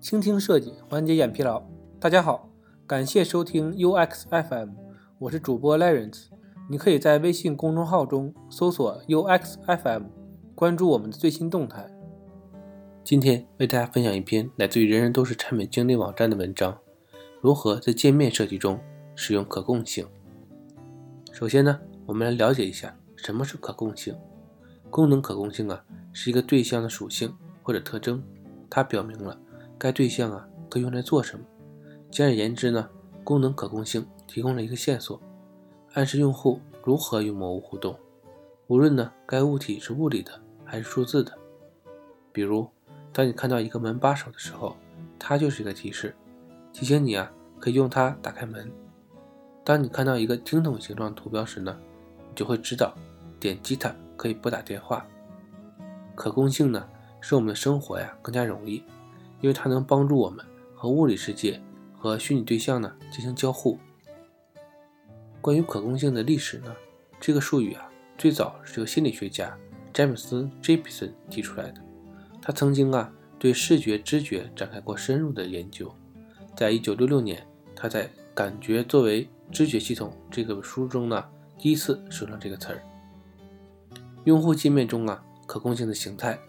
倾听设计，缓解眼疲劳。大家好，感谢收听 UX FM， 我是主播 Lawrence。你可以在微信公众号中搜索 UX FM， 关注我们的最新动态。今天为大家分享一篇来自于人人都是产品经理网站的文章，如何在界面设计中使用可共性。首先呢，我们来了解一下什么是可共性。功能可共性是一个对象的属性或者特征，它表明了该对象可用来做什么。简而言之呢，功能可共性提供了一个线索，暗示用户如何与某物互动，无论呢该物体是物理的还是数字的。比如当你看到一个门把手的时候，它就是一个提示，提醒你可以用它打开门。当你看到一个听筒形状图标时呢，你就会知道点击它可以拨打电话。可共性呢使我们的生活更加容易，因为它能帮助我们和物理世界和虚拟对象呢进行交互。关于可共性的历史呢，这个术语最早是由心理学家詹姆斯·杰比森提出来的。他曾经对视觉知觉展开过深入的研究。在1966年，他在《感觉作为知觉系统》这个书中呢，第一次使用了这个词儿。用户界面中可共性的形态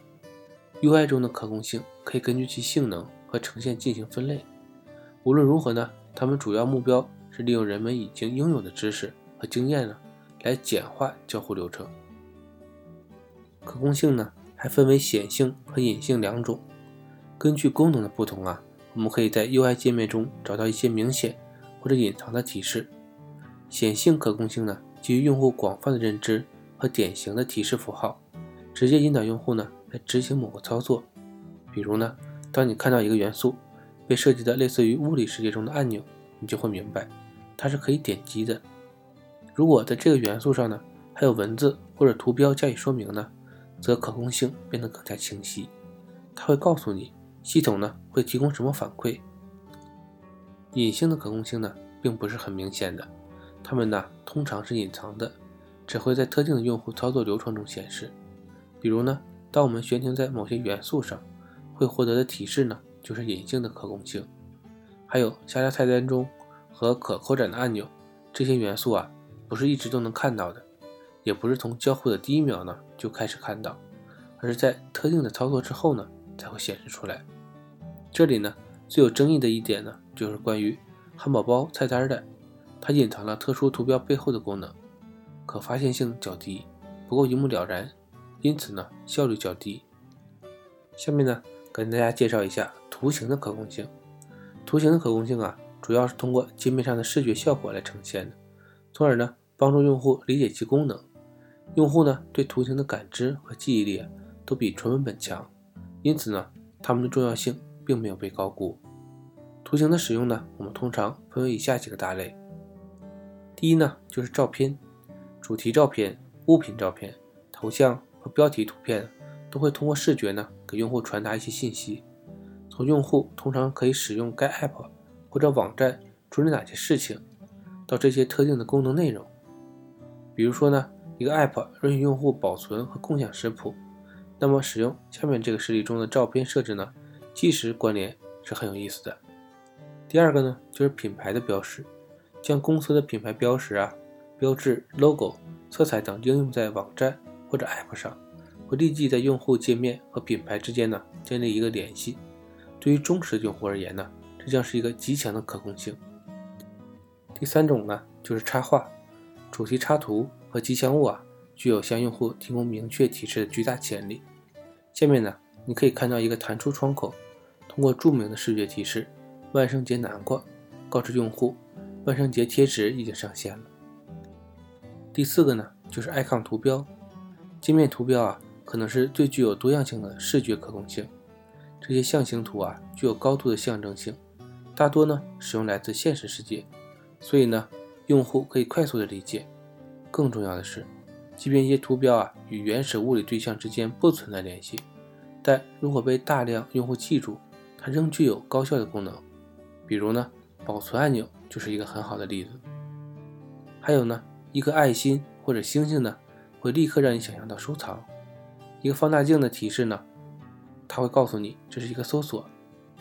UI 中的可共性可以根据其性能和呈现进行分类。无论如何呢，它们主要目标是利用人们已经拥有的知识和经验来简化交互流程。可共性呢还分为显性和隐性两种。根据功能的不同我们可以在 UI 界面中找到一些明显或者隐藏的提示。显性可共性呢基于用户广泛的认知和典型的提示符号，直接引导用户呢来执行某个操作。比如呢，当你看到一个元素被设计的类似于物理世界中的按钮，你就会明白它是可以点击的。如果在这个元素上呢还有文字或者图标加以说明呢，则可共性变得更加清晰。它会告诉你系统呢会提供什么反馈。隐性的可共性呢并不是很明显的，它们呢通常是隐藏的，只会在特定的用户操作流程中显示。比如呢，当我们悬停在某些元素上，会获得的提示呢就是隐性的可共性。还有下拉菜单中和可扩展的按钮，这些元素不是一直都能看到的，也不是从交互的第一秒呢就开始看到，而是在特定的操作之后呢才会显示出来。这里呢最有争议的一点呢就是关于汉堡包菜单的，它隐藏了特殊图标背后的功能，可发现性较低，不够一目了然，因此呢效率较低。下面呢跟大家介绍一下图形的可共性。图形的可共性主要是通过界面上的视觉效果来呈现的，从而呢帮助用户理解其功能。用户呢对图形的感知和记忆力都比纯文本强，因此呢它们的重要性并没有被高估。图形的使用呢，我们通常分为以下几个大类。第一呢就是照片，主题照片、物品照片、头像和标题图片都会通过视觉呢给用户传达一些信息，从用户通常可以使用该 app 或者网站处理哪些事情，到这些特定的功能内容。比如说呢，一个 app 允许用户保存和共享食谱，那么使用下面这个实例中的照片设置呢，即时关联是很有意思的。第二个呢就是品牌的标识，将公司的品牌标识标志、logo、色彩等应用在网站或者 app 上，会立即在用户界面和品牌之间呢建立一个联系。对于忠实的用户而言呢，这将是一个极强的可共性。第三种呢就是插画，主题插图和吉祥物具有向用户提供明确提示的巨大潜力。下面呢你可以看到一个弹出窗口，通过著名的视觉提示万圣节南瓜告知用户万圣节贴纸已经上线了。第四个呢就是 icon 图标，界面图标可能是最具有多样性的视觉可共性。这些象形图具有高度的象征性，大多呢使用来自现实世界，所以呢用户可以快速的理解。更重要的是，即便一些图标与原始物理对象之间不存在联系，但如果被大量用户记住，它仍具有高效的功能。比如呢保存按钮就是一个很好的例子。还有呢一颗爱心或者星星呢会立刻让你想象到收藏。一个放大镜的提示呢，它会告诉你这是一个搜索。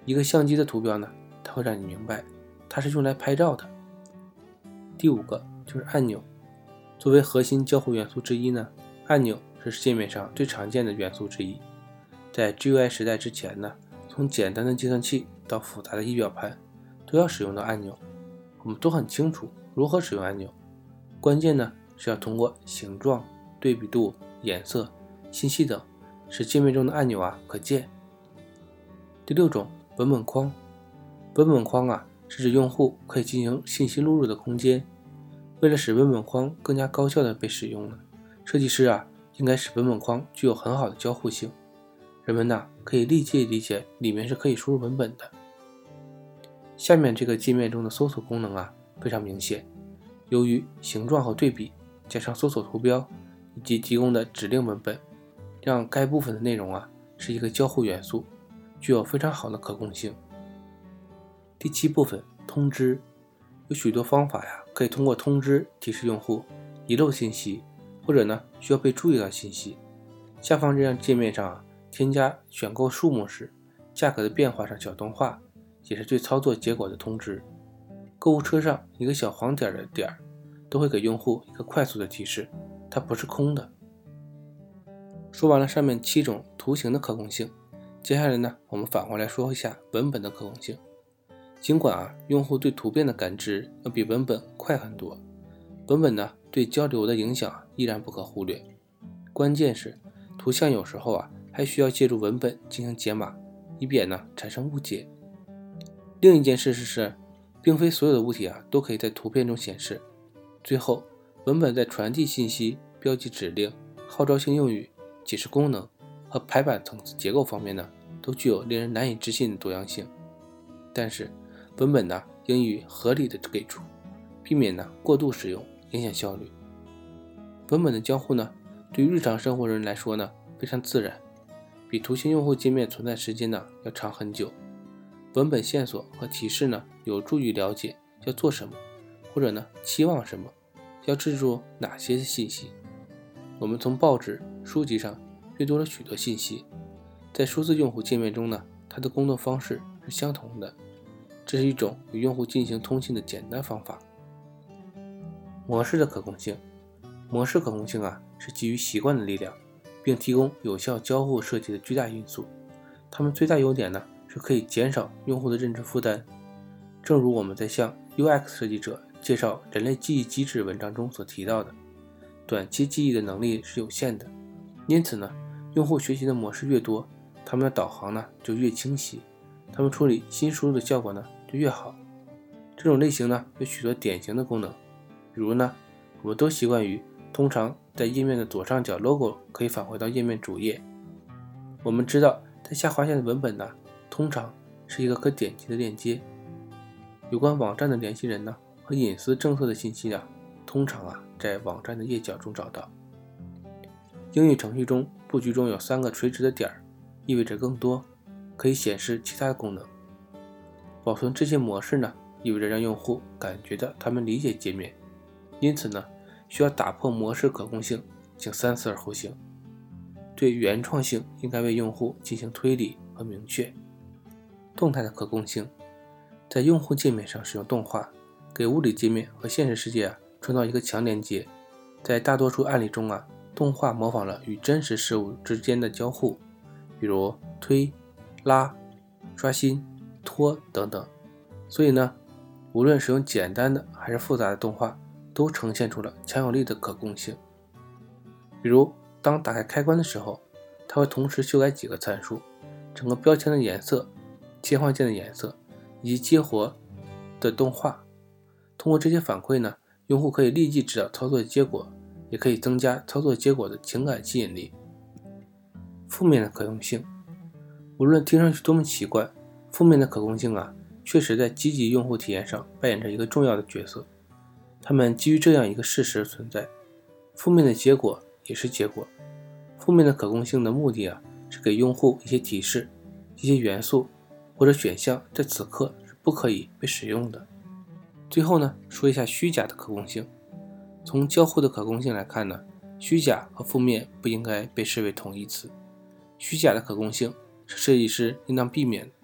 一个相机的图标呢，它会让你明白它是用来拍照的。第5个就是按钮。作为核心交互元素之一呢，按钮是界面上最常见的元素之一。在 GUI 时代之前呢，从简单的计算器到复杂的仪表盘都要使用到按钮。我们都很清楚如何使用按钮，关键呢是要通过形状、对比度、颜色、信息等使界面中的按钮可见。第6种，文本框。文本框是指用户可以进行信息录入的空间。为了使文本框更加高效地被使用呢，设计师应该使文本框具有很好的交互性，人们可以立即理解里面是可以输入文本的。下面这个界面中的搜索功能非常明显，由于形状和对比加上搜索图标以及提供的指令文本，让该部分的内容是一个交互元素，具有非常好的可控性。第7部分，通知。有许多方法可以通过通知提示用户遗漏信息，或者需要被注意到信息。下方这样界面上添加选购数目时价格的变化上小动画，也是对操作结果的通知。购物车上一个小黄点的点都会给用户一个快速的提示，它不是空的。说完了上面7种图形的可控性，接下来我们反过来说一下文本的可控性。尽管用户对图片的感知要比文本快很多，文本对交流的影响依然不可忽略。关键是图像有时候还需要借助文本进行解码，以免产生误解。另一件事是，并非所有的物体都可以在图片中显示。最后，文本在传递信息、标记指令、号召性用语、解释功能和排版层次结构方面都具有令人难以置信的多样性。但是文本应予合理的给出，避免过度使用，影响效率。文本的交互对于日常生活人来说非常自然，比图形用户界面存在时间要长很久。文本线索和提示有助于了解要做什么，或者期望什么，要记住哪些信息。我们从报纸、书籍上阅读了许多信息，在数字用户界面中它的工作方式是相同的。这是一种与用户进行通信的简单方法。模式的可控性。模式可控性是基于习惯的力量，并提供有效交互设计的巨大因素。它们最大优点是可以减少用户的认知负担。正如我们在向 UX 设计者介绍人类记忆机制文章中所提到的，短期记忆的能力是有限的，因此用户学习的模式越多，他们的导航就越清晰，他们处理新输入的效果就越好。这种类型有许多典型的功能，比如我们都习惯于通常在页面的左上角 logo 可以返回到页面主页。我们知道在下划线的文本通常是一个可点击的链接。有关网站的联系人和隐私政策的信息通常在网站的页脚中找到。英语程序中布局中有3个垂直的点，意味着更多，可以显示其他的功能。保存这些模式意味着让用户感觉到他们理解界面，因此需要打破模式可控性，请三思而后行。对原创性应该为用户进行推理和明确。动态的可控性。在用户界面上使用动画，给物理界面和现实世界创造一个强连接。在大多数案例中动画模仿了与真实事物之间的交互，比如推、拉、刷新、拖等等。所以无论使用简单的还是复杂的动画，都呈现出了强有力的可控性。比如当打开开关的时候，它会同时修改几个参数，整个标签的颜色、切换键的颜色以及激活的动画。通过这些反馈用户可以立即知道操作的结果，也可以增加操作结果的情感吸引力。负面的可用性。无论听上去多么奇怪，负面的可控性确实在积极用户体验上扮演着一个重要的角色。它们基于这样一个事实存在，负面的结果也是结果。负面的可控性的目的是给用户一些提示，一些元素或者选项在此刻是不可以被使用的。最后说一下虚假的可控性。从交互的可控性来看虚假和负面不应该被视为同义词。虚假的可控性是设计师应当避免的。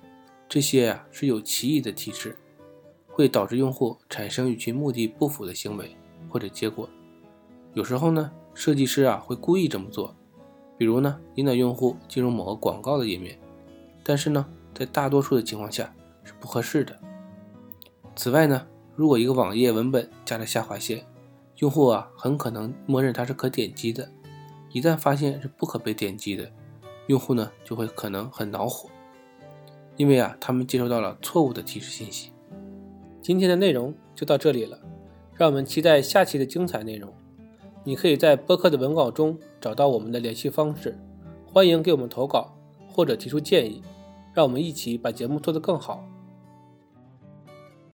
这些是有歧义的提示，会导致用户产生与其目的不符的行为或者结果。有时候呢，设计师会故意这么做，比如呢，引导用户进入某个广告的页面，但是呢，在大多数的情况下是不合适的。此外呢，如果一个网页文本加了下划线，用户很可能默认它是可点击的，一旦发现是不可被点击的，用户呢就会可能很恼火，因为他们接收到了错误的提示信息。今天的内容就到这里了，让我们期待下期的精彩内容。你可以在播客的文稿中找到我们的联系方式，欢迎给我们投稿或者提出建议，让我们一起把节目做得更好。